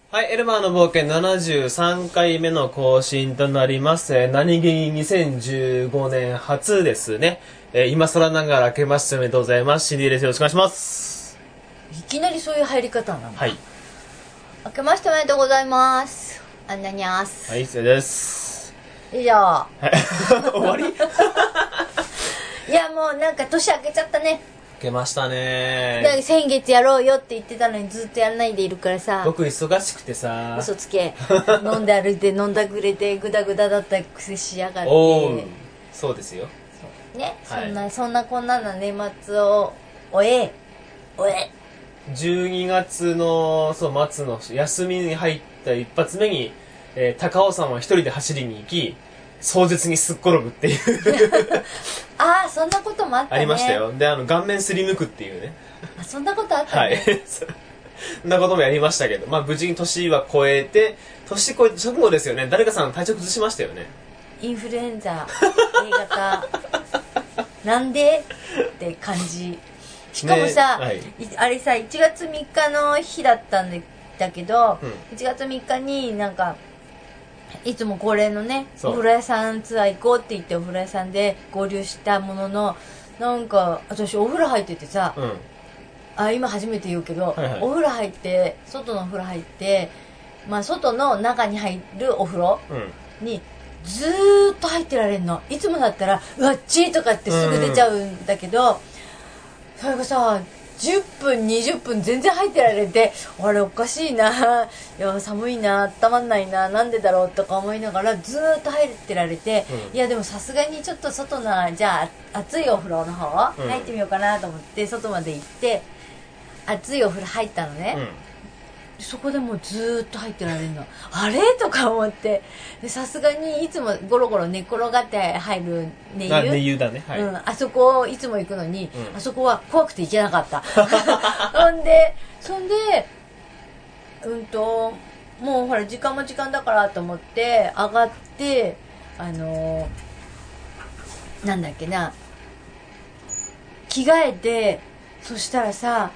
はい、エルマーの冒険73回目の更新となります。何気に2015年初ですね。今更ながら明けましておめでとうございます。シンディです。よろしくお願いします。 いきなりそういう入り方なの。 はい。 明けましておめでとうございます。あんなにゃーす。 はい、失礼です。 以上。はい、 終わりいや、もうなんか年明けちゃったね。 明けましたね。 だから先月やろうよって言ってたのにずっとやらないでいるからさ。 僕忙しくてさ。 嘘つけ。飲んで歩いて飲んだくれてグダグダだったくせしやがって。 おー、そうですよ。 ね、 はい、 そんなこんなの年末を 12月の末の休みに入った一発目に、高尾山は一人で走りに行き壮絶にすっ転ぶっていうああ、そんなこともあったね。 ありましたよ。で、顔面すりむくっていうね。 あ、そんなことあったね。 はいそんなこともやりましたけど、まあ無事に年は超えて、年越えて直後ですよね。誰かさん体調崩しましたよね。 インフルエンザ A 型なんでって感じ。しかもさ、 ね、はい、 あれさ、1月3日の日だったんだけど、 うん、 1月3日になんかいつも恒例のね、 そうお風呂屋さんツアー行こうって言ってお風呂屋さんで合流したものの、なんか私お風呂入っててさ、 うん、 今初めて言うけど、 はいはい、 お風呂入って外のお風呂入って、まあ外の中に入るお風呂にずーっと入ってられるの。いつもだったらうわっちーとかってすぐ出ちゃうんだけど、それがさ10分20分全然入ってられて、あれおかしいな、いや寒いな、温まんないな、なんでだろうとか思いながらずーっと入ってられて、いやでもさすがにちょっと外のじゃあ熱いお風呂の方入ってみようかなと思って外まで行って熱いお風呂入ったのね、そこでもうずーっと入ってられるの。あれとか思って、さすがにいつもゴロゴロ寝転がって入る寝湯、 寝湯だね、はい、 あそこいつも行くのに、あそこは怖くて行けなかったそんでもうほら時間も時間だからと思って上がって、なんだっけな、着替えて、そしたらさ、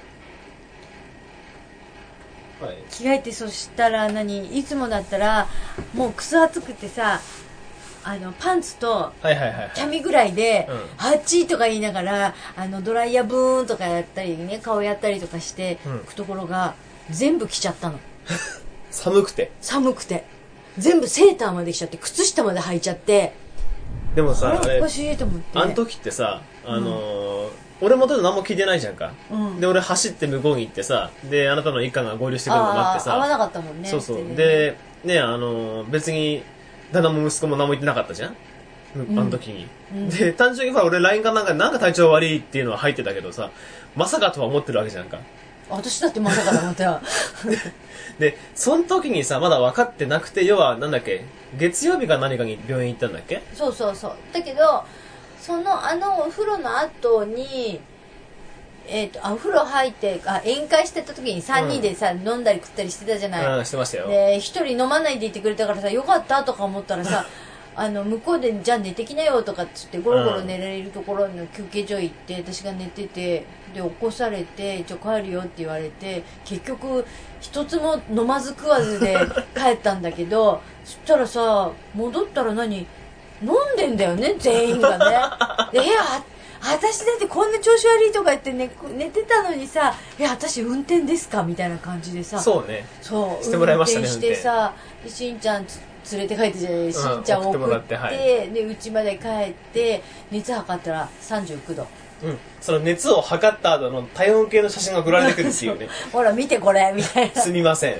着替えて、そしたらいつもだったらもうクソ暑くてさ、パンツとキャミぐらいでハッチーとか言いながらドライヤーブーンとかやったりね、顔やったりとかしていくところが全部着ちゃったの寒くて全部セーターまで着ちゃって靴下まで履いちゃって、 でもさ、 あれおかしいと思って、 あの時ってさ、俺もと何も聞いてないじゃんか、で俺走って向こうに行ってさ、であなたの一家が合流してくるのを待ってさ、 合わなかったもんね。 そうそう、でね、別に旦那も息子も何も言ってなかったじゃん、あの時に、で単純に俺 LINE かなんか体調悪いっていうのは入ってたけどさ、まさかとは思ってるわけじゃんか。 私だってまさかと思ったよでその時にさまだ分かってなくて、要はなんだっけ、月曜日か何かに病院行ったんだっけ。 そうだけどお風呂の後にお風呂入って宴会してた時に3人でさ、飲んだり食ったりしてたじゃない。 してましたよ。 で1人飲まないでいてくれたからさ、よかったとか思ったらさ向こうでじゃあ寝てきなよとかっつってゴロゴロ寝られるところの休憩所行って、私が寝てて、で起こされて帰るよって言われて、結局一つも飲まず食わずで帰ったんだけどそしたらさ、戻ったら飲んでんだよね、全員がねで私だってこんな調子悪いとか言って、寝てたのにさ、私運転ですかみたいな感じでさ、 そうね、 そうしてもらいましたね。 運転してさ、しんちゃん連れて帰ってじゃない、しんちゃんを送って、で家まで帰って熱測ったら39度。 その熱を測った後の体温計の写真が送られてくるっていうねほら見てこれみたいなすみません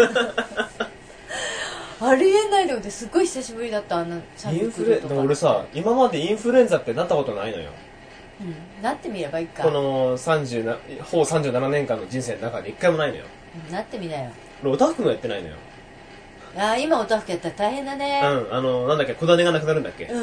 ありえないので、すごい久しぶりだった。 インフルエンザ、俺さ今までインフルエンザってなったことないのよ。 なってみればいいか。 このほぼ37年間の人生の中で一回もないのよ。 なってみなよ。 おたふくもやってないのよ。 今おたふくやったら大変だね。 なんだっけ、小種がなくなるんだっけ。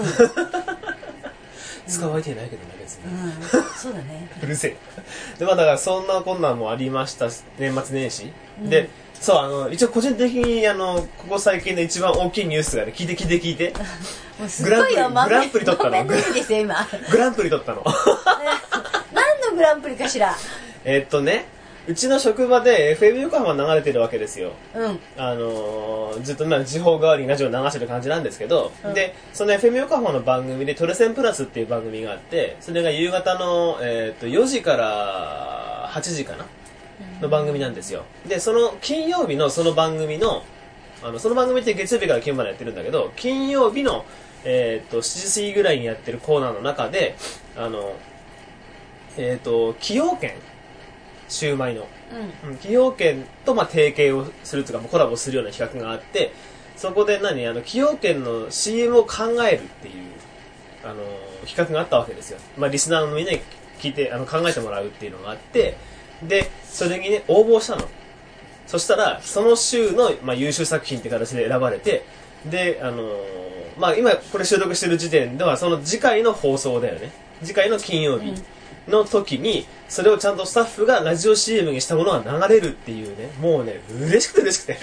使われてないけどな、別に。 そうだね。 うるせえ。で、まあだからそんなこんなんもありました、年末年始。で、そう、一応個人的にここ最近の一番大きいニュースがね、聞いて。 もうすごいよ、 グランプリ取ったの。 満面の意味ですよ、今。 グランプリ取ったの。 何のグランプリかしら。 ね、 うちの職場で FM 横浜流れてるわけですよ。 うん。 ずっと時報代わりにラジオ流してる感じなんですけど、 うん、 で、その FM 横浜の番組でトレセンプラスっていう番組があって、それが夕方の、4時から8時かなの番組なんですよ。で、その金曜日のその番組の、その番組って月曜日から金曜日までやってるんだけど、金曜日の、7時過ぎぐらいにやってるコーナーの中で、崎陽軒シウマイの、崎陽軒と提携をするというかコラボするような企画があって、そこで崎陽軒の CM を考えるっていう企画があったわけですよ。リスナーのみんなに聞いて考えてもらうっていうのがあって、でそれにね応募したの。そしたらその週の、優秀作品って形で選ばれて、で今これ収録してる時点ではその次回の放送だよね。次回の金曜日の時にそれをちゃんとスタッフがラジオ CM にしたものが流れるっていうね、もうね嬉しくて嬉しくて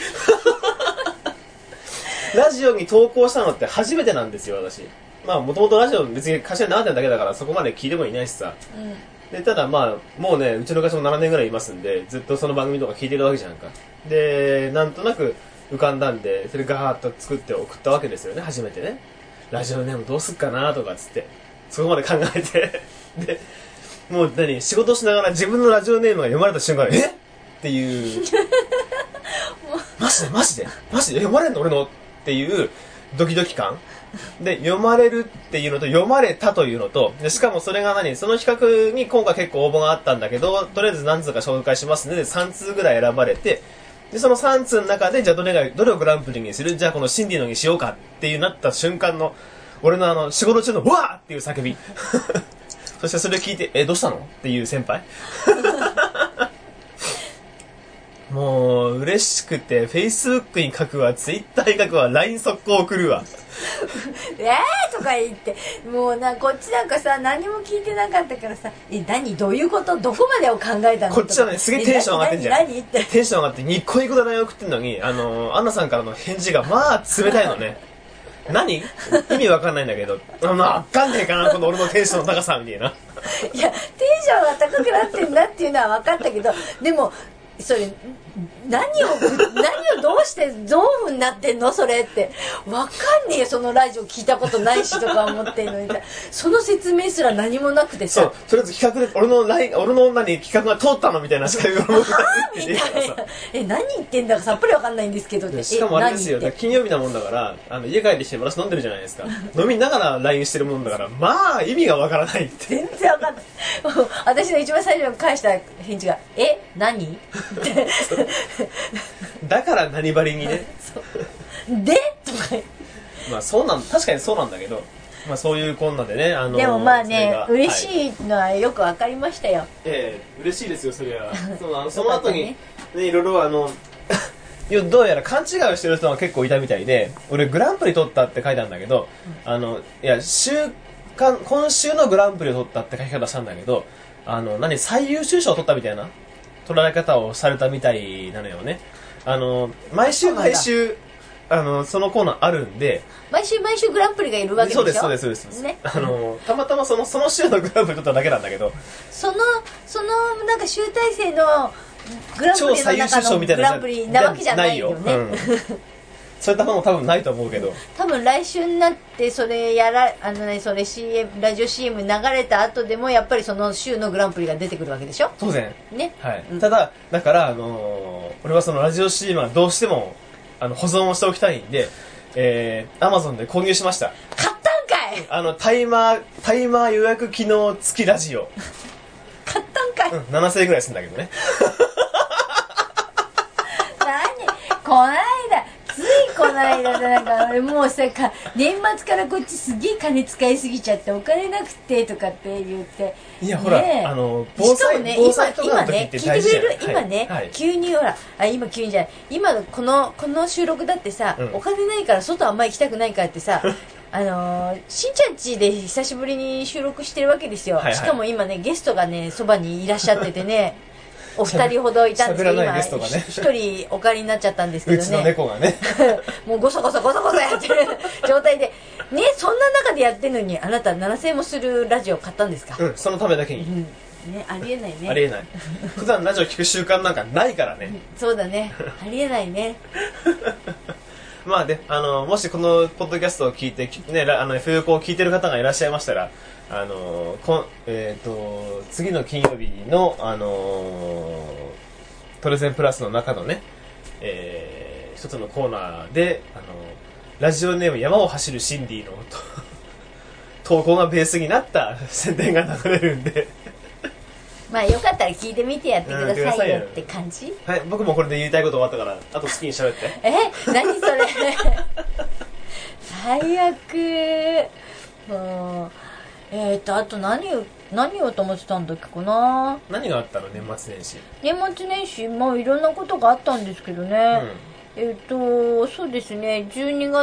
ラジオに投稿したのって初めてなんですよ、私。もともとラジオ別に会社に流れてるだけだからそこまで聞いてもいないしさ、でただもうねうちの会社も7年ぐらいいますんでずっとその番組とか聞いてるわけじゃんか。でなんとなく浮かんだんでそれガーッと作って送ったわけですよね、初めてね。ラジオネームどうすっかなとかっつってそこまで考えてでもう仕事しながら自分のラジオネームが読まれた瞬間えっていうマジで読まれんの俺のっていうドキドキ感で、読まれるっていうのと読まれたというのと、でしかもそれがその企画に今回結構応募があったんだけど、とりあえず何通か紹介しますねで3通ぐらい選ばれて、でその3通の中でじゃあどれをグランプリにする、じゃあこのシンディのにしようかっていうなった瞬間の俺の仕事中のわーっていう叫びそしてそれを聞いてどうしたのっていう先輩もう嬉しくて Facebook に書くわ Twitter に書くわ LINE 速攻送るわとか言ってもうこっちなんかさ何も聞いてなかったからさ何どういうことどこまでを考えたのこっちはねすげえテンション上がってんじゃん。 何ってテンション上がってニッコニコで LINE 送ってんのにアンナさんからの返事が冷たいのね何意味わかんないんだけどわかんねえかなこの俺のテンションの高さみたいな。 いやテンションが高くなってんだっていうのは分かったけど、でもそれ何をどうしてどういう風になってんのそれって分かんねえよ、そのラジオ聞いたことないしとか思ってんのにさ、その説明すら何もなくてさ、 とりあえず企画で俺の企画が通ったのみたいなしか言わない何言ってんだかさっぱり分かんないんですけどって。 しかもあれですよ、金曜日なもんだから家帰ってきて私飲んでるじゃないですか飲みながら LINE してるもんだから意味が分からないって全然分かんない私の一番最初に返した返事が何だから何ばりにねでとか確かにそうなんだけど、そういうこんなでねでも嬉しいのはよく分かりましたよ。 嬉しいですよそれはその後にいろいろどうやら勘違いをしてる人が結構いたみたいで、俺グランプリ取ったって書いたんだけど、今週のグランプリを取ったって書き方したんだけど、最優秀賞を取ったみたいな捉え方をされたみたいなのよね。毎週そのコーナーあるんで、 毎週グランプリがいるわけでしょ。 そうですね。たまたまその週のグランプリ取っただけなんだけど、 その集大成のグランプリの中のグランプリなわけじゃないよね。 そういったものも多分ないと思うけど、 多分来週になってそれそれ CM ラジオ CM 流れた後でもやっぱりその週のグランプリが出てくるわけでしょ。 当然ね。 はい。ただから俺はそのラジオ CM はどうしても保存をしておきたいんで、Amazon で購入しました。 買ったんかい。 タイマー予約機能付きラジオ買ったんかい。 7000円ぐらいするんだけどねこの間もうさ年末からこっちすげえ金使いすぎちゃってお金なくてとかって言って、 いやほら防災とかの時って大事じゃない。 今ね、急にほら今急にじゃない、今この収録だってさ、お金ないから外あんま行きたくないからってさしんちゃん家で久しぶりに収録してるわけですよ。しかも今ねゲストがねそばにいらっしゃっててねお二人ほどいたんですけど、今一人お借りになっちゃったんですけどね、 うちの猫がねもうゴソゴソやってる状態でね、そんな中でやってるのにあなた7000円もするラジオ買ったんですか。 そのためだけに、 ね、ありえないね。 ありえない。普段ラジオ聞く習慣なんかないからね。 そうだね。ありえないね。 まあね、もしこのポッドキャストを聞いて、ね、冬子を聞いてる方がいらっしゃいましたら、次の金曜日の、プレゼンプラスの中のね、一つのコーナーで、ラジオネーム山を走るシンディの投稿がベースになった宣伝が流れるんでまあよかったら聞いてみてやってくださいよって感じ。 はい、僕もこれで言いたいこと終わったから、あと好きに喋って。 何それ最悪。もうあと何をと思ってたんだっけかな。 何があったの年末年始。 年末年始、まあいろんなことがあったんですけどね、そうですね、12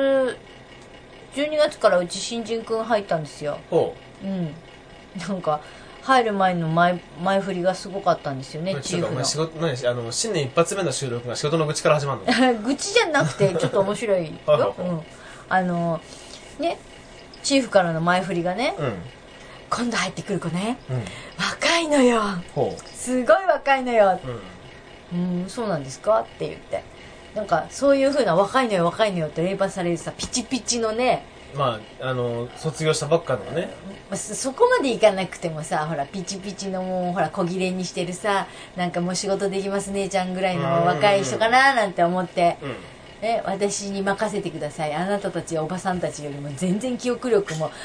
月からうち新人くん入ったんですよ。なんか入る前の前振りがすごかったんですよね。チーフの新年一発目の収録が仕事の愚痴から始まるの愚痴じゃなくてちょっと面白いよね、チーフからの前振りがね、今度入ってくる子ね、若いのよ、すごい若いのよ、そうなんですかって言って、なんかそういう風な若いのよって連発されるさ、ピチピチのね、 まあ卒業したばっかのね、 そこまでいかなくてもさ、ほらピチピチのもうほら小切れにしてるさ、なんかもう仕事できます姉ちゃんぐらいの若い人かななんて思って、私に任せてください、あなたたちおばさんたちよりも全然記憶力も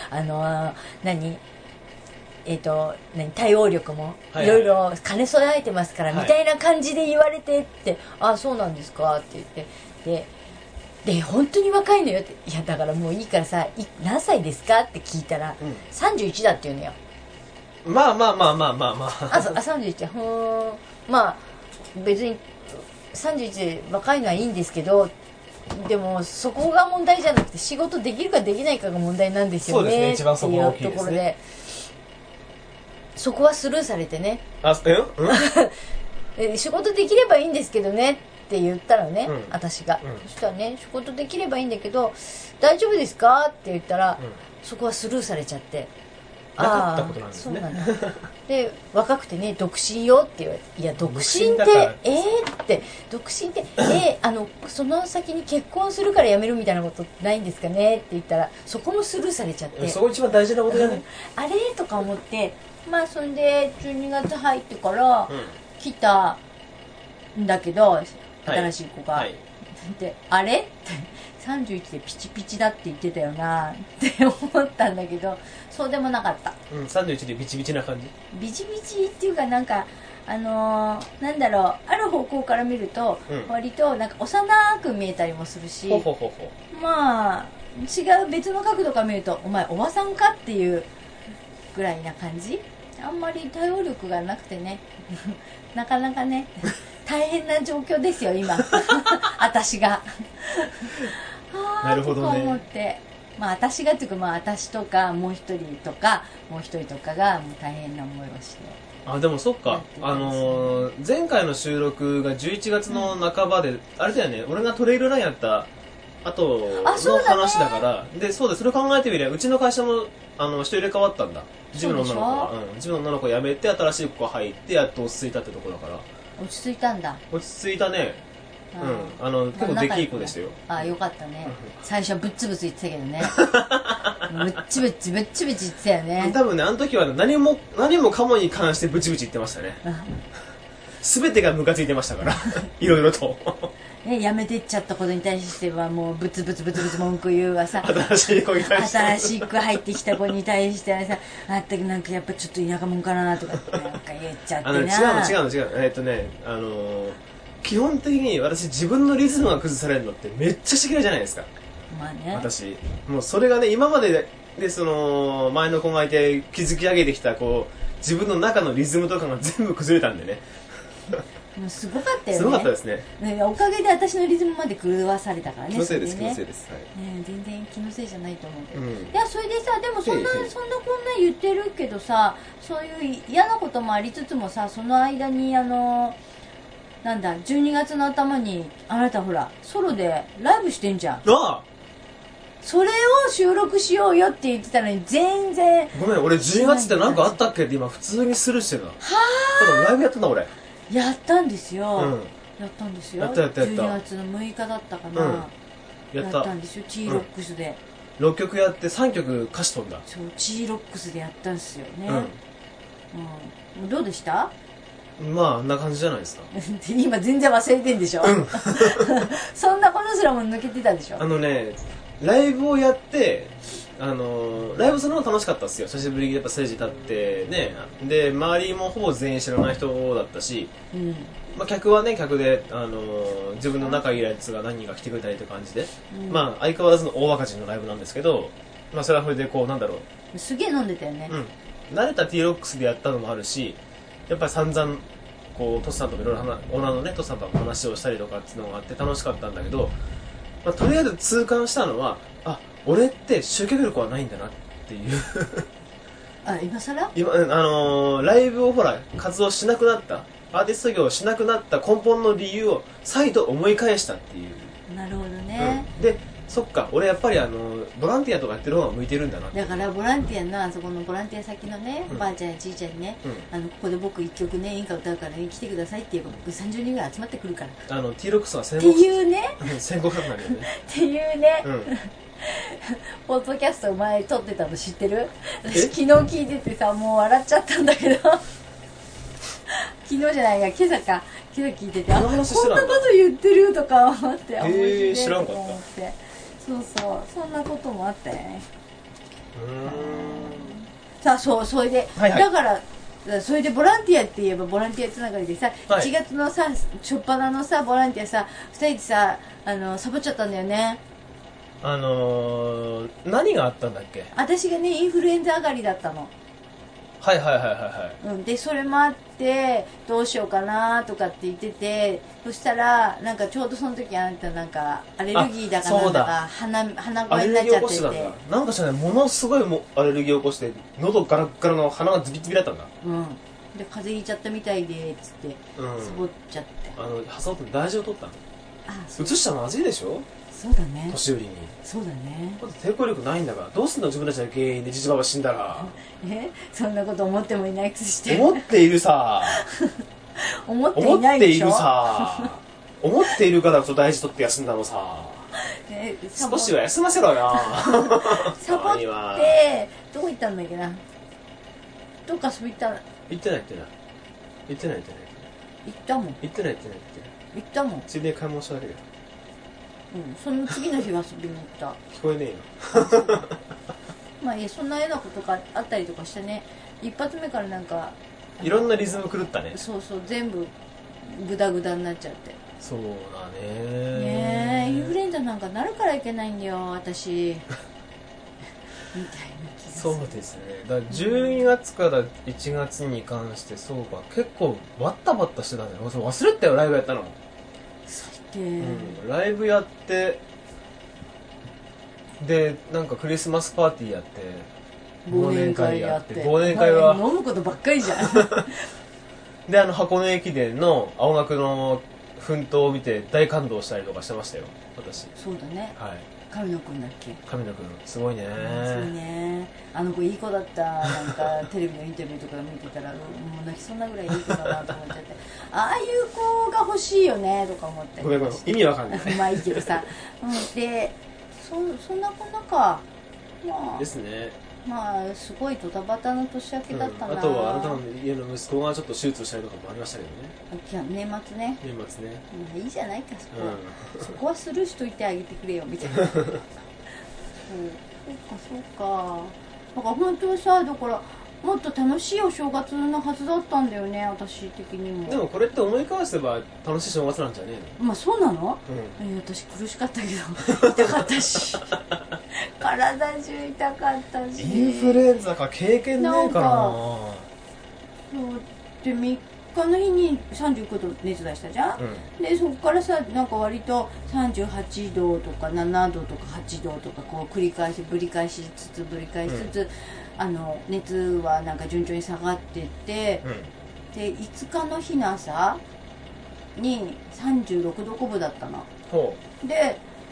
対応力もいろいろ兼ね備えてますから、みたいな感じで言われてって、あ、そうなんですかって言って、で本当に若いのよって、いやだからもういいからさ、何歳ですかって聞いたら、31だって言うのよ。 まあ 31、まあ別に31で若いのはいいんですけど、でもそこが問題じゃなくて、仕事できるかできないかが問題なんですよね。 そうですね、一番そこが大きいですね。 っていうところで、そこはスルーされてね、仕事できればいいんですけどねって言ったらね、私が、そしたらね、仕事できればいいんだけど大丈夫ですかって言ったら、そこはスルーされちゃって、 なかったことなんですね。 そうなんだで、若くてね、独身よって言われて、いや独身ってって独身ってその先に結婚するから辞めるみたいなことないんですかねって言ったら、そこもスルーされちゃって、 そこ一番大事なことだね。 あれとか思って、まあそれで12月入ってから来たんだけど、新しい子が、で、あれって31でピチピチだって言ってたよなって思ったんだけど、そうでもなかった。 31でビチビチな感じ。ビチビチっていうか、なんかなんだろう、ある方向から見ると、割となんか幼く見えたりもするし、まあ違う別の角度から見ると、お前おばさんかっていうぐらいな感じ。あんまり対応力がなくてねなかなかね大変な状況ですよ今私がなるほどね。 と思って、まあ私がというか、まあ私とかもう一人とかがもう大変な思いをして。 でもそっか、前回の収録が11月の半ばで、あれだよね、俺がトレイルランやった後の話だから、で、そうだ、それ考えてみれば、うちの会社も人入れ替わったんだ。自分の女の子が、自分の女の子辞めて新しい子が入ってやっと落ち着いたってとこだから。 落ち着いたんだ。 落ち着いたね。結構できいい子でしたよ。 よかったね。最初はぶっつぶつ言ってたけどねぶっちぶち言ってたよね。 多分ね、あの時は何もかもに関してブチブチ言ってましたね全てがムカついてましたからいろいろとね、辞めてっちゃったことに対してはもうブツブツ文句言うわさ、 新しい子に対して、 新しく入ってきた子に対してはさ、あったなんかやっぱちょっと田舎者かなとかってなんか言っちゃってな。 違う基本的に私自分のリズムが崩されるのってめっちゃ嫌いじゃないですか。 まあね、 私もうそれがね、今まででその前の子がいて築き上げてきたこう自分の中のリズムとかが全部崩れたんでねもうすごかったよね。 すごかったですね。 おかげで私のリズムまで狂わされたからね。 気のせいです、気のせいです、 全然気のせいじゃないと思うけど、いやそれでさ、でもそんなこんな言ってるけどさ、そういう嫌なこともありつつもさ、その間になんだ、12月の頭にあなたほらソロでライブしてんじゃん。 それを収録しようよって言ってたのに全然。 ごめん、俺10月って何かあったっけって今普通にスルーしてるな。ただライブやったんだ俺。 やったんですよ、やったんですよ。 やった 12月の6日だったかな、やったんですよ。T ロックスで、 6曲やって3曲歌詞飛んだ。 そう T ロックスでやったんですよね。どうでした？ まああんな感じじゃないですか。 今全然忘れてんでしょ、そんなことすらも抜けてたでしょ。 ライブをやってライブするの楽しかったっすよ。久しぶりにやっぱステージ立ってね。で周りもほぼ全員知らない人だったし、まあ、客はね客で、自分の仲いいやつが何人か来てくれたりという感じで、まあ相変わらずの大若人のライブなんですけど、まあそれはそれでこうなんだろう、すげえ飲んでたよね。 慣れた T-ROCKS でやったのもあるし、やっぱり散々こうトスさんともいろいろオーナーのねトスさんとも話をしたりとかっていうのがあって楽しかったんだけど、まあ、とりあえず痛感したのは、あ、俺って集客力はないんだなっていう今更ライブをほら活動しなくなった、アーティスト業をしなくなった根本の理由を再度思い返したっていう。 なるほどね、 でそっか、俺やっぱりボランティアとかやってる方が向いてるんだな。 だからボランティアのあそこのボランティア先のね、おばあちゃんやじいちゃんにね、ここで僕1曲ね演歌歌うからね来てくださいって言えば僕30人ぐらい集まってくるから。 T-ROCKS はっていうね戦国になるよねっていうね、ポッドキャスト前撮ってたの知ってる？私昨日聞いててさ、もう笑っちゃったんだけど昨日じゃないが今朝聞いてて、こんなこと言ってるとか思って、面白い知らんかった。 と思って、そうそんなこともあったよね。さあそれで、だからそれでボランティアって言えばボランティアつながりでさ、1月のさ初っ端のさボランティアさ2人でさサボっちゃったんだよね。 何があったんだっけ？ 私がねインフルエンザ上がりだったの。でそれもあってどうしようかなとかって言ってて、そしたらなんかちょうどその時あなたなんかアレルギーだかなんだか鼻声になっちゃってて、 なんかしらね、ものすごいアレルギーを起こして喉ガラッガラの鼻がズビズビだったんだ。 で風邪ひいちゃったみたいでつってサボっちゃって、 挟って大事を取ったの。移したらまずいでしょ。 そうだね、 年寄りに。 そうだね、 抵抗力ないんだからどうすんの、自分たちの原因でじじばば死んだら。 そんなこと思ってもいないくして思っているさ思っていないでしょ。 思っているからこそ大事取って休んだのさ少しは休ませろよサボってどこ行ったんだっけな、どっか遊び行った。 行ってない行ったもん。行ったもん。 ついで買い物しただけだよ。 その次の日は遊びに行った。 聞こえねえよまあそんなようなことがあったりとかしてね、一発目からなんかいろんなリズム狂ったね。 そう全部グダグダになっちゃって。 そうだねインフルエンザなんかなるからいけないんだよ私みたいな気がする。 そうですね。だから12月から1月に関してそうか結構バッタバッタしてたね。忘れてたよ、ライブやったの。ライブやってでなんかクリスマスパーティーやって忘年会やって忘年会は飲むことばっかりじゃんで箱根駅伝の青学の奮闘を見て大感動したりとかしてましたよ私。 そうだね、神野くんだっけ。 神野くんすごいね。 すごいね、あの子いい子だった。なんかテレビのインタビューとか見てたらもう泣きそうなぐらいいい子だなと思っちゃってああいう子が欲しいよねとか思って。 ごめん意味わかんないまあいいけどさ、でそんなこんなか、まあですね。 まあすごいドタバタの年明けだったな。 あとはあなたの家の息子がちょっと手術したりとかもありましたけどね。 年末ね。まあいいじゃないかそこは、そこはスルーしといてあげてくれよみたいなそうかだから本当はさ、だからもっと楽しいお正月のはずだったんだよね私的にも。 でもこれって思い返せば楽しい正月なんじゃねえの。 まあそうなの、私苦しかったけど痛かったし体中痛かったし。 インフルエンザか経験ねえからな。 そうで3日の日に39度熱出したじゃん、でそこからさなんか割と38度とか7度とか8度とかこう繰り返しぶり返しつつ熱はなんか順調に下がってって、で5日の日の朝に36度5分だったの。で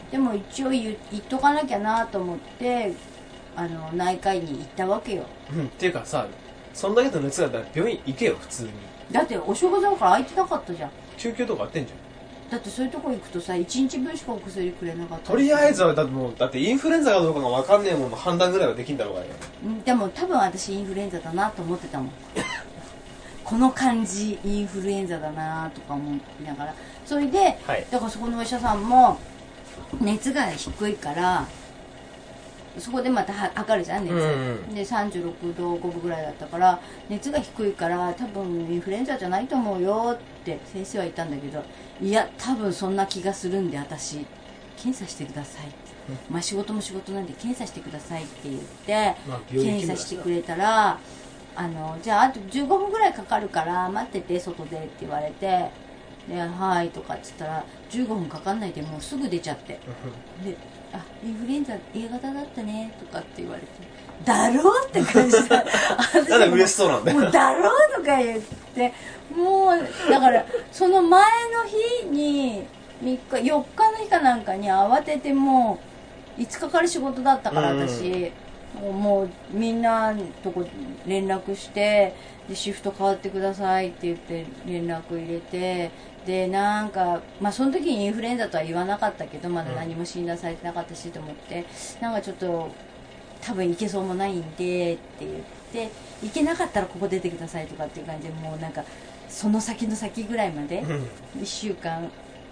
でも一応言っとかなきゃなと思って内科医に行ったわけよ。 っていうかさ、そんだけの熱があったら病院行けよ普通に。 だってお正月だから空いてなかったじゃん。 救急とかあってんじゃん。 だってそういうとこ行くとさ、1日分しかお薬くれなかった。 とりあえずはだってインフルエンザかどうかが分かんねえもんの判断ぐらいはできんだろうがよ。 でも多分私インフルエンザだなと思ってたもんこの感じインフルエンザだなとか思いながら、それで、 はい、 だからそこのお医者さんも熱が低いからそこでまた測るじゃん熱、で36度5分ぐらいだったから熱が低いから多分インフルエンザじゃないと思うよって先生は言ったんだけど、いや多分そんな気がするんで私検査してくださいって、まあ仕事も仕事なんで検査してくださいって言って、検査してくれたらじゃああと15分ぐらいかかるから待ってて外でって言われて、ではいとかっつったら15分かかんないでもうすぐ出ちゃってで、あインフルエンザ A 型だったねとかって言われて、だろうって感じだなんで嬉しそうなんだよ。 もうだろうとか言ってもうだからその前の日に4日の日かなんかに慌ててもう5日から仕事だったから私、もうみんなとこ連絡してでシフト変わってくださいって言って連絡入れて、でなんかまあその時にインフルエンザとは言わなかったけどまだ何も診断されてなかったしと思って、なんかちょっと多分行けそうもないんでって言って行けなかったらここ出てくださいとかっていう感じでもうなんかその先の先ぐらいまで1週間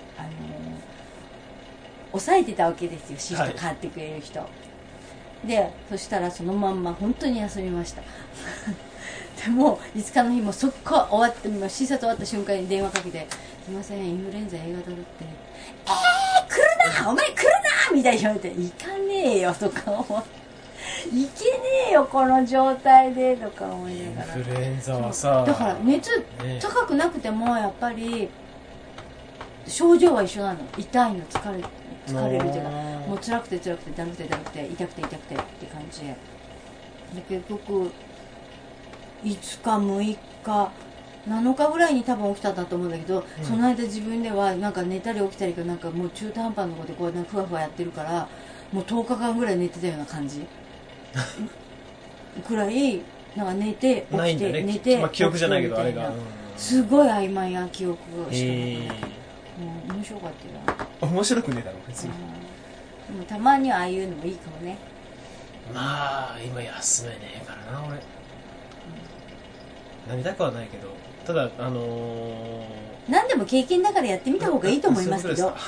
抑えてたわけですよ、シフト変わってくれる人、でそしたらそのまんま本当に休みましたでも5日の日もそこ終わって診察終わった瞬間に電話かけてすいませんインフルエンザ A 型だって、来るなお前来るなみたいに言われて、行かねえよとか思っていけねえよこの状態でとか思いながら、 インフルエンザはさだから熱高くなくてもやっぱり症状は一緒なの、痛いの疲れるっていうかもう辛くてだるくて痛くて痛くてって感じで結局5日6日7日ぐらいに多分起きたんだと思うんだけど、その間自分ではなんか寝たり起きたりがなんかもう中途半端なところでこうなんかふわふわやってるからもう10日間ぐらい寝てたような感じくらいなんか寝て起きて、ね、寝て、 まあ、記憶じゃないけどあれが、 すごい曖昧な記憶をしたの、面白かったよ。 面白くねえだろ別に、 でもたまにはああいうのもいいかもね。 まあ今休めねえからな俺、なりたくはないけど、ただ何でも経験だからやってみた方がいいと思いますけどそう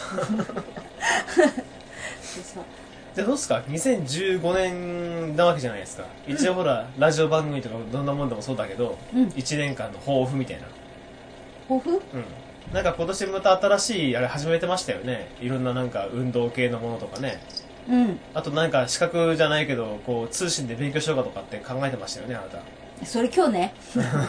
でどうですか2015年なわけじゃないですか、一応ほらラジオ番組とかどんなもんでもそうだけど、1年間の抱負みたいな抱負、 なんか今年また新しいあれ始めてましたよね、いろんななんか運動系のものとかね、あとなんか資格じゃないけどこう通信で勉強しようかとかって考えてましたよねあなた。 それ今日ね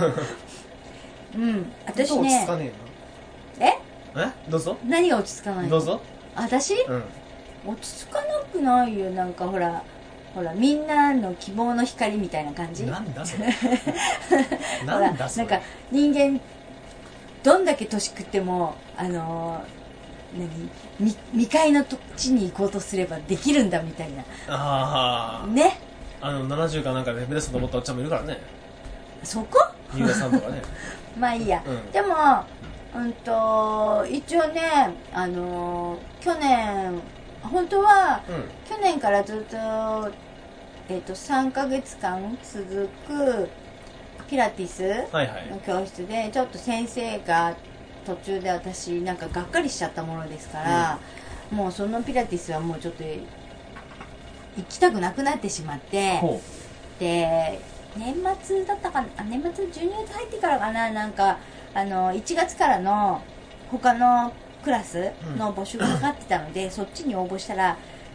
私ね、 落ち着かねえな。どうぞ。 何が落ち着かないの？ どうぞ。 私、落ち着かなくないよ。なんかほらみんなの希望の光みたいな感じ。 なんだそれなんだそれ。なんか人間どんだけ年食っても未開の土地に行こうとすればできるんだみたいなね。 70かなんかで目指すと思ったおっちゃんもいるからね。 そこ三浦さんとかねまあいいや、でも一応ね去年本当は、去年からずっと3ヶ月間続くピラティスの教室で、ちょっと先生が途中で私なんかがっかりしちゃったものですから、もうそのピラティスはもうちょっと行きたくなくなってしまって、で年末だったかな、年末12月入ってからかな、なんか1月からの他のクラスの募集がかかってたのでそっちに応募したら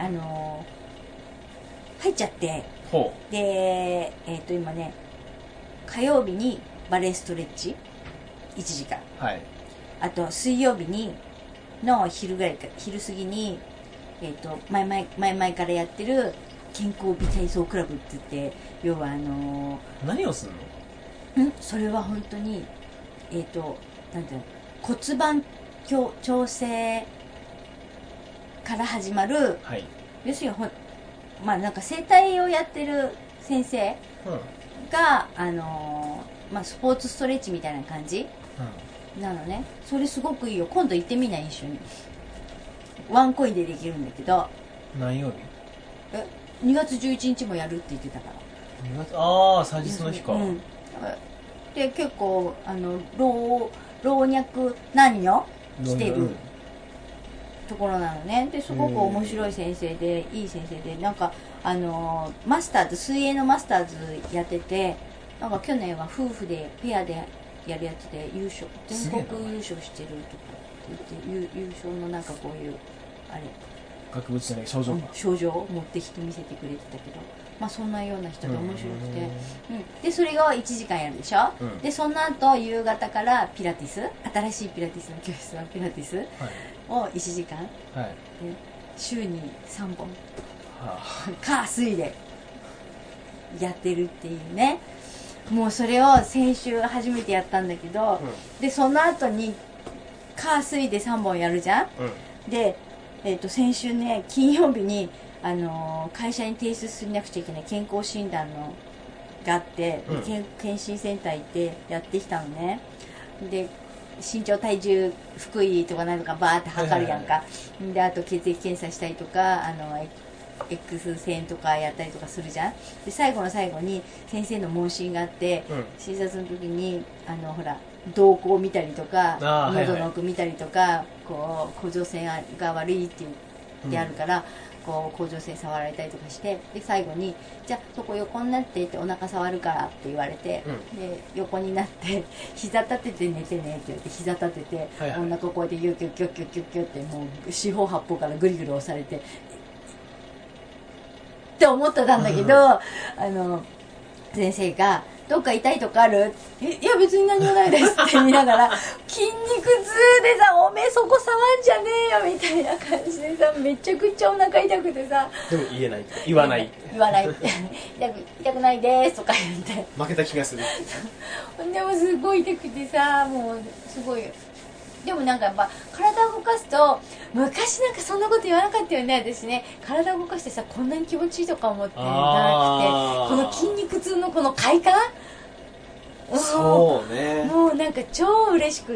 入っちゃって、で今ね火曜日にバレエストレッチ1時間、あと水曜日の昼過ぎに前々からやってる健康美体操クラブって言って、要は何をするの？ それは本当になんていうの、骨盤調整から始まる、 はい、 要するにまあなんか整体をやってる先生が、まあ、スポーツストレッチみたいな感じ、なのね。それすごくいいよ。今度行ってみない？一緒に。ワンコインでできるんだけど。 何曜日 ？2月11日もやるって言ってたから。 2月、ああ、祭日の日か。 で、結構老若男女来てるところなのね。で、すごく面白い先生で、いい先生で、なんかマスターズ、水泳のマスターズやってて、なんか去年は夫婦でペアでやるやつで優勝、全国優勝してるとかって言って、優勝のなんかこういうあれ額縁じゃない、賞状か、 賞状を持ってきて見せてくれてたけど、まあそんなような人で面白くて、でそれが1時間やるでしょ、でその後夕方からピラティス、新しいピラティスの教室はピラティスを1時間、で週に3本火水でやってるっていうね。もうそれを先週初めてやったんだけど、でその後に火水で3本やるじゃん、で、先週ね金曜日に会社に提出しなくちゃいけない健康診断のがあって、検診センター行ってやってきたのね。で身長体重腹囲とか何とかバーって測るやんか、であと血液検査したりとかX 線とかやったりとかするじゃん。で最後の最後に先生の問診があって、診察の時にほら瞳孔見たりとか喉の奥見たりとか、こう甲状腺が悪いって言ってあるから、こう甲状腺触られたりとかして、で最後にじゃあそこ横になってってお腹触るからって言われて、で横になって膝立てて寝てねって言って膝立てて、お腹こうやってギュッギュッギュッギュッギュッギュッってもう四方八方からぐりぐり押されてって思ってたんだけど、先生がどっか痛いとこある？いや別に何もないですって見ながら筋肉痛でさ、おめえそこ触んじゃねえよみたいな感じでさ、めちゃくちゃお腹痛くてさ、 でも言えない、言わないって痛くないですとか言って負けた気がするでもすごい痛くてさ、もうすごい。でもなんかやっぱ体を動かすと、昔なんかそんなこと言わなかったよね私ね。体を動かしてさこんなに気持ちいいとか思ってなくて、この筋肉痛のこの快感、 そうね、 もうなんか超嬉しくって。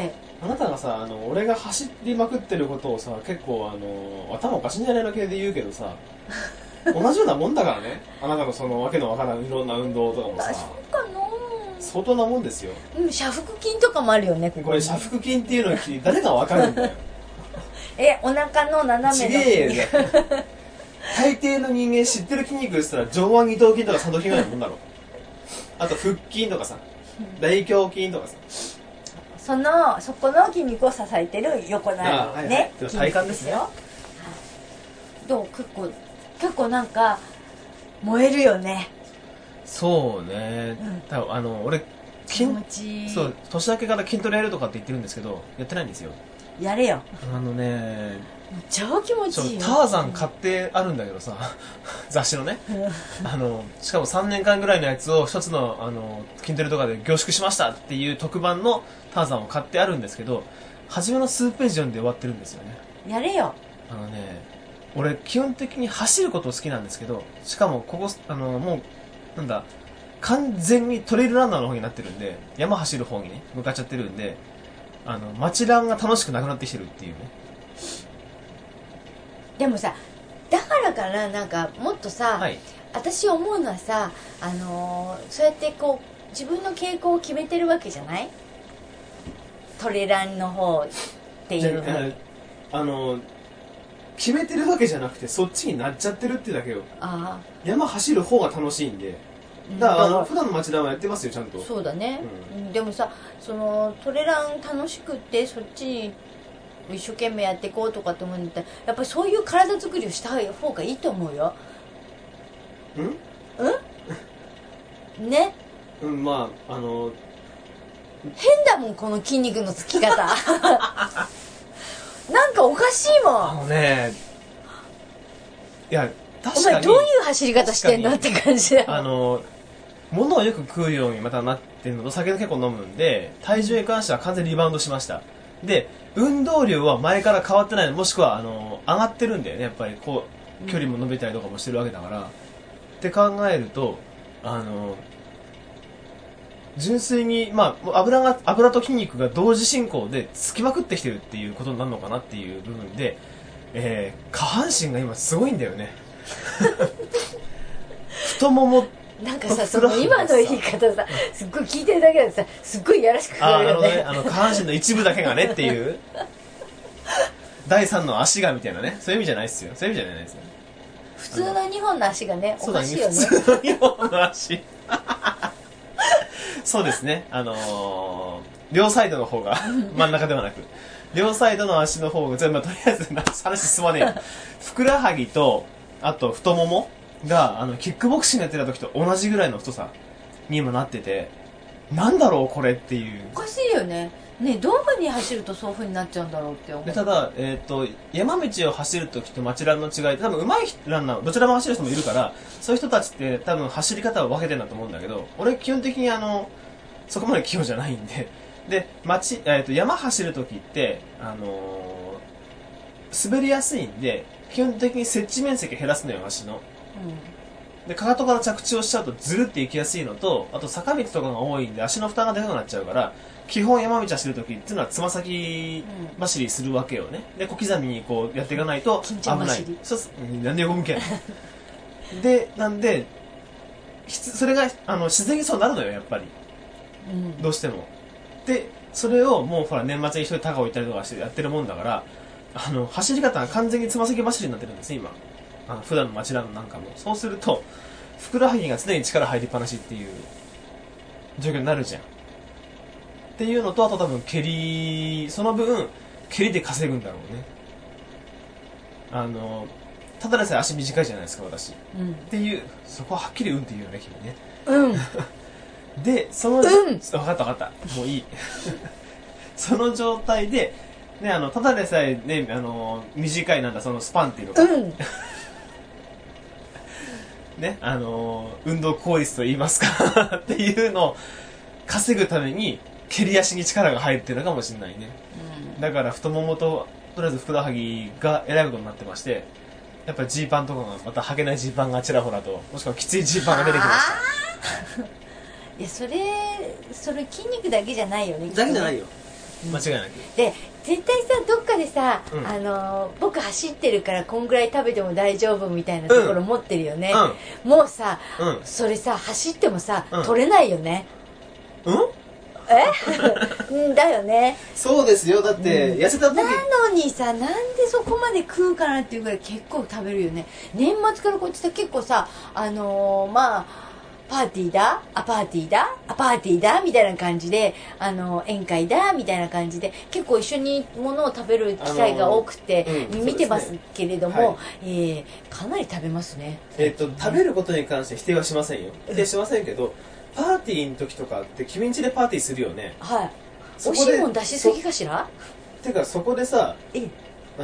あなたがさ俺が走りまくってることをさ結構頭おかしいんじゃないの系で言うけどさ同じようなもんだからね。あなたのそのわけのわからんいろんな運動とかもさ、 そうかな、 相当なもんですよ。 斜腹筋とかもあるよね。 これ斜腹筋っていうのに誰がわかるんだよお腹の斜めの筋肉大抵の人間知ってる筋肉ですったら上腕二頭筋とか三頭筋ぐらいのもんだろあと腹筋とかさ大胸筋とかさ、 そこの筋肉を支えてる横なね、 体幹ですよ。 どう？結構なんか燃えるよね。 そうね、多分俺気持ちいい。 そう年明けから筋トレやるとかって言ってるんですけどやってないんですよ。 やれよ。超気持ちいいよ。 ターザン買ってあるんだけどさ雑誌のねしかも3年間ぐらいのやつを一つの筋トレとかで凝縮しましたっていう特番のターザンを買ってあるんですけど、初めの数ページ読んで終わってるんですよね。 やれよ。 俺基本的に走ること好きなんですけど、しかもここもうなんだ完全にトレイルランナーの方になってるんで、山走る方にね向かっちゃってるんで、街ランが楽しくなくなってきてるっていうね。 でもさ、だからかな、なんかもっとさ、私思うのはさ、そうやってこう自分の傾向を決めてるわけじゃない？トレランの方っていうの決めてるわけじゃなくてそっちになっちゃってるってだけよ。山走る方が楽しいんで。だから普段の街ランはやってますよちゃんと。 そうだね、でもさ、そのトレラン楽しくってそっちに一生懸命やっていこうとかって思うんだったら、やっぱりそういう体作りをした方がいいと思うよ。ね。 まあ変だもんこの筋肉のつき方なんかおかしいもん。いや確かにお前どういう走り方してんのって感じだよ。 物をよく食うようにまたなってるのと酒を結構飲むんで、体重に関しては完全にリバウンドしました。 で運動量は前から変わってないの、もしくは上がってるんだよね、やっぱりこう距離も伸びたりとかもしてるわけだから、って考えると純粋に、まあ、油と筋肉が同時進行でつきまくってきてるっていうことになるのかなっていう部分で、下半身が今すごいんだよね。太ももなんかさ、その今の言い方さ、すっごい聞いてるだけでさ、すっごいやらしくなるよね。 なるほどね。下半身の一部だけがねっていう。第三の足がみたいなね。そういう意味じゃないですよ。そういう意味じゃないですよ。 普通の2本の足がね、おかしいよね。 そうだね、普通の2本の足。そうですね。両サイドの方が、真ん中ではなく、両サイドの足の方が、とりあえず話進まねえよ。ふくらはぎと、あと太ももが、キックボクシングやってた時と同じぐらいの太さに今なってて、なんだろうこれっていう。 おかしいよね。ね、どういう風に走るとそういう風になっちゃうんだろうって思う。 でただ、山道を走る時と街ランの違いって、多分上手いランナー、どちらも走る人もいるから、そういう人たちって多分走り方を分けてるんだと思うんだけど、俺基本的にそこまで器用じゃないんで、で、山走る時って、滑りやすいんで、基本的に接地面積減らすのよ、足の。で、かかとから着地をしちゃうとずるっていきやすいのと、あと坂道とかが多いんで足の負担がでかくなっちゃうから、基本山道走るときっていうのはつま先走りするわけよね。で、小刻みにこうやっていかないと危ない。そうす、なんで横向けんで、なんで、それが自然にそうなるのよ、やっぱり。どうしても。で、それをもうほら年末に一人高尾行ったりとかしてやってるもんだから、走り方が完全につま先走りになってるんですね、今。普段の街ランなんかも。そうすると、ふくらはぎが常に力入りっぱなしっていう状況になるじゃん。っていうのと、あと多分その分、蹴りで稼ぐんだろうね。ただでさえ足短いじゃないですか、私。っていう、そこははっきりって言うよね、君ね。で、分かった分かった。もういい。その状態で、ね、ただでさえね、短いそのスパンっていうのが。ね、運動効率と言いますかっていうのを稼ぐために蹴り足に力が入ってるのかもしれないね、だから太ももととりあえずふくらはぎがえらいことになってまして、やっぱりジーパンとかがまた履けないジーパンがちらほらと、もしくはきついジーパンが出てきましたいや、それ筋肉だけじゃないよね。 だけじゃないよ、間違いなく。 で絶対さ、どっかでさ、僕走ってるからこんぐらい食べても大丈夫みたいなところ持ってるよね、もうさ、それさ走ってもさ、取れないよね。だよね。 そうですよ。だって痩せた時なのにさ、なんでそこまで食うかなっていうぐらい結構食べるよね。年末からこっちさ、結構さ、まあパーティーだみたいな感じで、宴会だみたいな感じで結構一緒にものを食べる機会が多くて、見てますけれども、かなり食べますね。 食べることに関して否定はしませんよ。否定しませんけど、パーティーの時とかって君ん家でパーティーするよね。 はい。美味しいもん出しすぎかしら？ てかそこでさ、いる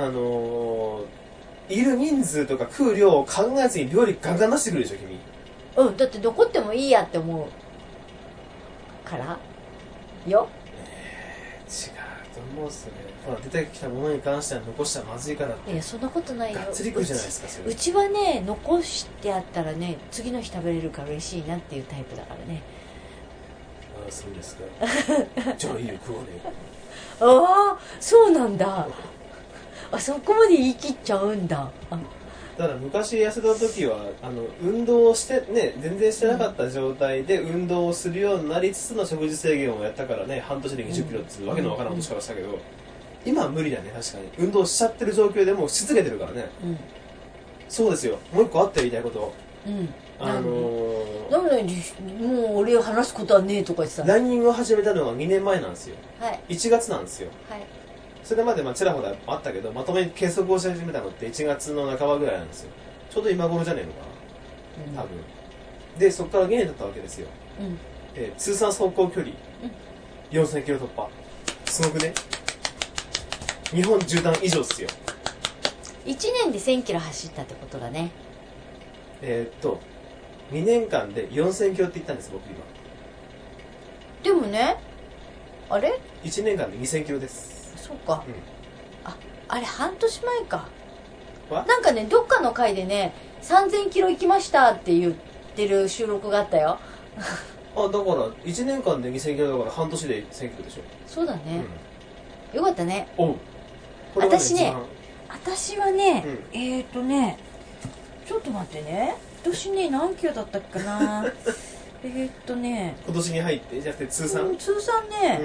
人数とか食う量を考えずに料理ガンガン出してくるでしょ、君。 だって残ってもいいやって思うからよ。 違うと思うっすね。ほら、出てきたものに関しては残したらまずいからって。 いや、そんなことないよ。 がっつり食うじゃないですか、それ。 うちはね、残してあったらね、次の日食べれるから嬉しいなっていうタイプだからね。 ああ、そうですか。じゃあいいよ、食わねえ。ああ、そうなんだ。あそこまで言い切っちゃうんだ。 だから昔痩せた時は運動をしてね、全然してなかった状態で運動をするようになりつつの食事制限をやったからね、半年で20キロっていうわけのわからん年からしたけど、今は無理だね。確かに運動しちゃってる状況でもうし続けてるからね、そうですよ。もう一個あって言いたいこと、 なんでもう俺を話すことはねえとか言ってた。 ランニングを始めたのが2年前なんですよ。 はい、 1月なんですよ。 はい。 それまでちらほらあったけど、まとめに計測をし始めたのって1月の半ばぐらいなんですよ。ちょうど今頃じゃねえのかな、多分。でそこからゲネだったわけですよ、通算走行距離、4000キロ突破。すごくね。日本縦断以上っすよ。 1年で1000キロ走ったってことだね。 2年間で4000キロって言ったんです、僕今。 でもね、あれ 1年間で2000キロです。 そうか、 うん、 あれ半年前か。 わなんかねどっかの回でね3000キロ行きましたって言ってる収録があったよ。 だから1年間で2000キロだから半年で1000キロでしょ。 そうだね、よかったね。 おう、これが私ね、私はね、ちょっと待ってね、私ね何キロだったっけな今年に入ってじゃなくて通算、 通算ね、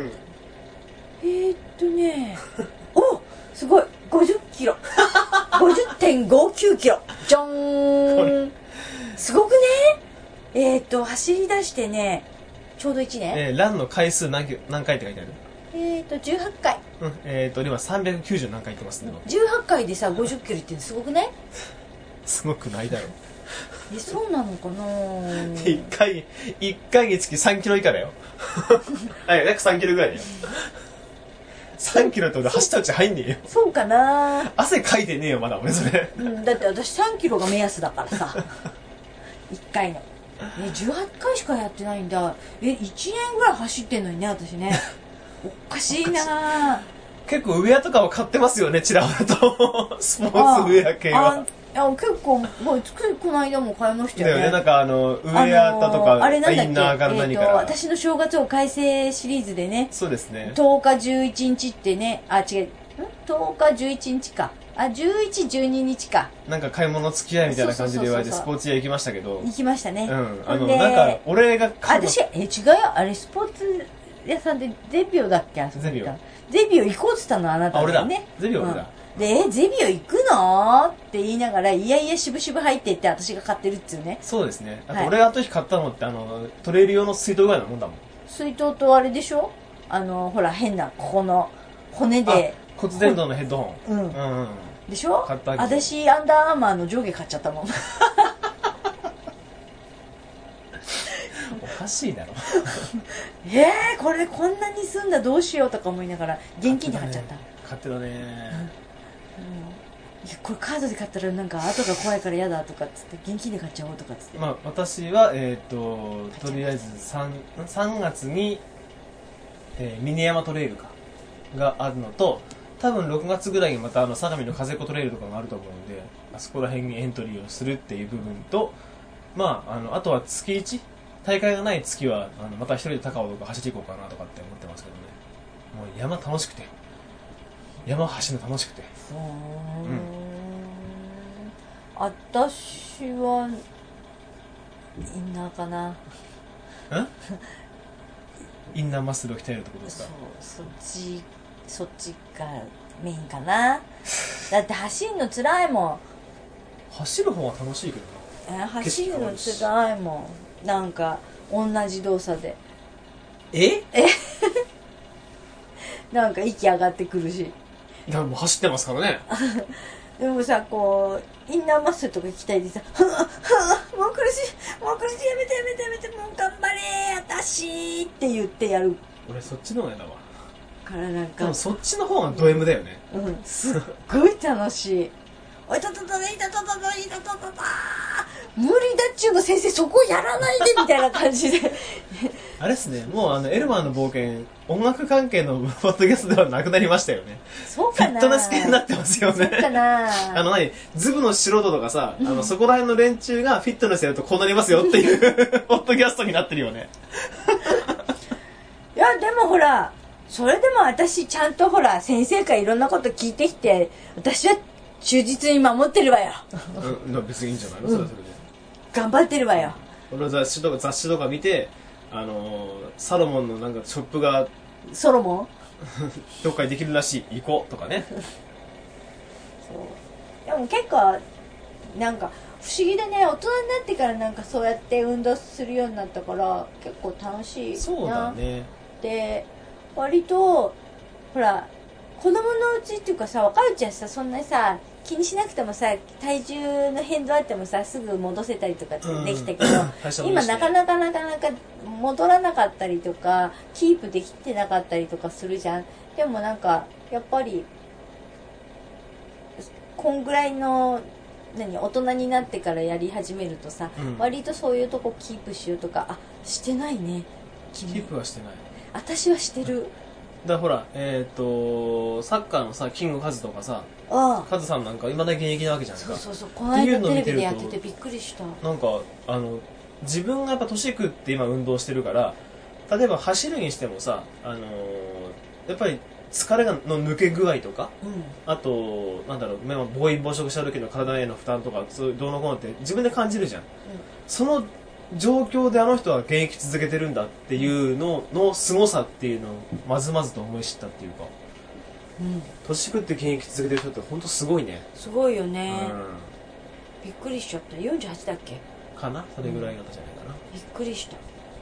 おすごい50キロ50.59 キロじゃーん、すごくね。走り出してねちょうど1年、 ランの回数何回って書いてある？ 18回。 今390何回言ってますね。 18回でさ50キロってすごくね。 すごくないだろ。 そうなのかな。 1回につき3キロ以下だよ。約3キロぐらいだよ。3キロって俺走ったうち入んねえよ。 そうかな。 汗かいてねえよまだ俺それ。 だって私3キロが目安だからさ。1回の。18回しかやってないんだ。1年ぐらい走ってんのにね私ね。おかしいな。 結構ウェアとかを買ってますよね、ちらほらと。スポーツウェア系は。 結構この間も買いましたよね。 なんかウェアだとか、 あれなんだっけ、 インナーから何から、 私の正月を改正シリーズでね。 そうですね。 10日11日ってね、違う、10日11日か。11、12日か。 なんか買い物付き合いみたいな感じで言われてスポーツ屋行きましたけど。 行きましたね。 なんか俺が私、違うよ。あれスポーツ屋さんでゼビオだっけ？ ゼビオ行こうって言ったのあなただよね。 ゼビオ俺だ。 で、ゼビオ行くのって言いながら、いやいや渋々入ってって私が買ってるっつうね。 そうですね。あと俺があの時買ったのってトレイル用の水筒ぐらいのもんだもん。 水筒とあれでしょ、ほら変なここの骨で骨伝導のヘッドホン。 でしょ。私アンダーアーマーの上下買っちゃったもん。 おかしいだろ。 これこんなに済んだどうしようとか思いながら現金で買っちゃった。 買ってたね。 これカードで買ったらなんか後が怖いから嫌だとかっつって現金で買っちゃおうとかっつって。 私はとりあえず3月に峰山トレイルがあるのと、多分6月ぐらいにまた相模の風子トレイルとかがあると思うので、あそこら辺にエントリーをするっていう部分と、あとは月1大会がない月はまた一人で高尾とか走っていこうかなとかって思ってますけどね。もう山楽しくて、山走るの楽しくて。 私はインナーかな。 インナーマッスルを鍛えるってことですか？ そっちがメインかな。だって走るの辛いもん。 走る方が楽しいけどな。 走るの辛いもん。なんか同じ動作でなんか息上がってくるし。 いやもう走ってますからね。 でもさ、こうインナーマッスルとか鍛えてさ、もう苦しいやめてもう頑張れ私って言ってやる。 俺そっちの方が嫌だわ。 からなんかでもそっちの方がド M だよね。 すっごい楽しい。おい無理だっちゅうの先生そこやらないでみたいな感じであれっすね、もうエルマーの冒険音楽関係のポッドキャストではなくなりましたよね。 そうかな。 フィットネス系になってますよね。 そうかな。 ズブの素人とかさ、そこら辺の連中がフィットネスやるとこうなりますよっていうポッドキャストになってるよね。 いやでもほら、それでも私ちゃんとほら先生からいろんなこと聞いてきて、私は忠実に守ってるわよ。 別にいいんじゃないの、それはそれで。 頑張ってるわよ。 俺は雑誌とか見て、サロモンのなんかショップがソロモンどっかにできるらしい、行こうとかね。 そうでも結構なんか不思議でね、大人になってからなんかそうやって運動するようになったから結構楽しいな。 そうだね。 で割とほら子供のうちっていうかさ、若いうちはさそんなにさ気にしなくてもさ、体重の変動あってもさすぐ戻せたりとかできたけど、今なかなか戻らなかったりとかキープできてなかったりとかするじゃん。でもなんかやっぱりこんぐらいの大人になってからやり始めるとさ、割とそういうとこキープしようとか、してないね。 キープはしてない。 私はしてる。 だからほら、サッカーのさ、キングカズとかさ、 あカズさんなんかいまだ現役なわけじゃんか。 そうそうそう、この間テレビでやっててびっくりした。 なんか、自分がやっぱ年食って今運動してるから、例えば走るにしてもさ、やっぱり疲れの抜け具合とか、あと、なんだろう、暴飲暴食した時の体への負担とか、そういうどうのこうのって自分で感じるじゃん。その状況であの人は現役続けてるんだっていうのの凄さっていうのをまずまずと思い知ったっていうか、年食って現役続けてる人って本当すごいね。 すごいよね、びっくりしちゃった。48だっけかな、それぐらいだったじゃないかな。 びっくりした。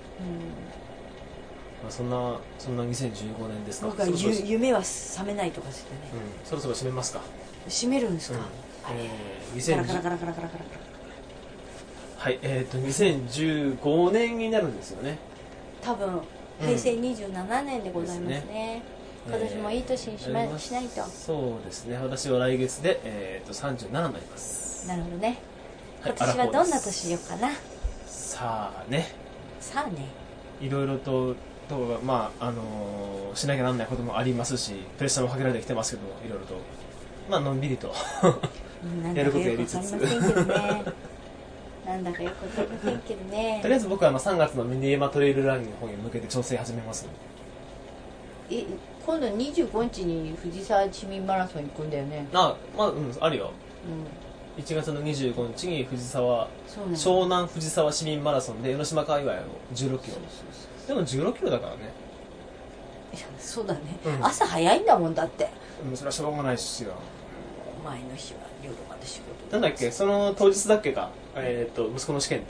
まあ、そんな2015年ですか。 僕は夢は覚めないとかしてね、 そろそろ締めますか。 締めるんですか、カラカラカラカラカラカラ。 はい、2015年になるんですよね。 多分平成27年でございますね。今年もいい年にしないと。 そうですね。私は来月で、37になります。 なるほどね。今年はどんな年しようかな。 さあね。いろいろとまあしなきゃなんないこともありますし、プレッシャーもかけられてきてますけども、いろいろとまあのんびりとやることやりつつ。なんだかよくわかりませんけどね。とりあえず僕は3月のミニエマトレイルランの方に向けて調整始めます。 今度25日に藤沢市民マラソン行くんだよね。 あるよ。1月の25日に湘南藤沢市民マラソンで江ノ島界隈を16キロ。でも16キロだからね。 いや、そうだね、朝早いんだもんだって。 それはしょうがないしよ。 前の日は夜まで仕事。 なんだっけ、その当日だっけか、息子の試験って。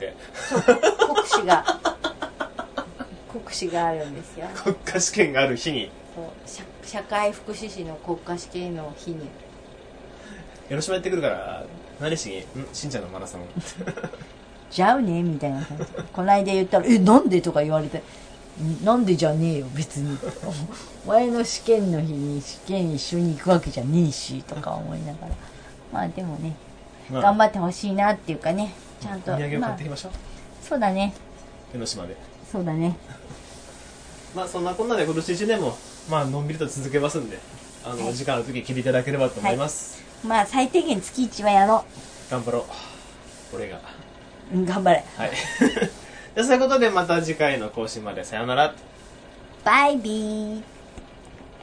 国試があるんですよ。 国家試験がある日に。 そう社会福祉士の国家試験の日に。 江ノ島行ってくるから、何しにしんちゃんのマラソン。 じゃあねみたいな感じ。こないだ言ったら、なんでとか言われて、なんでじゃねえよ別に。前の試験の日に試験一緒に行くわけじゃねえしとか思いながら。まあでもね、頑張ってほしいなっていうかね、ちゃんと。 お土産を買ってきましょう。 そうだね。 江ノ島で。 そうだね。 まあそんなこんなで今年1年ものんびりと続けますんで、お時間ある時聞いていただければと思います。 まあ最低限月1はやろう。頑張ろう。俺が。 頑張れ。 はい。じゃあそういうことでまた次回の更新までさよなら。 バイビー。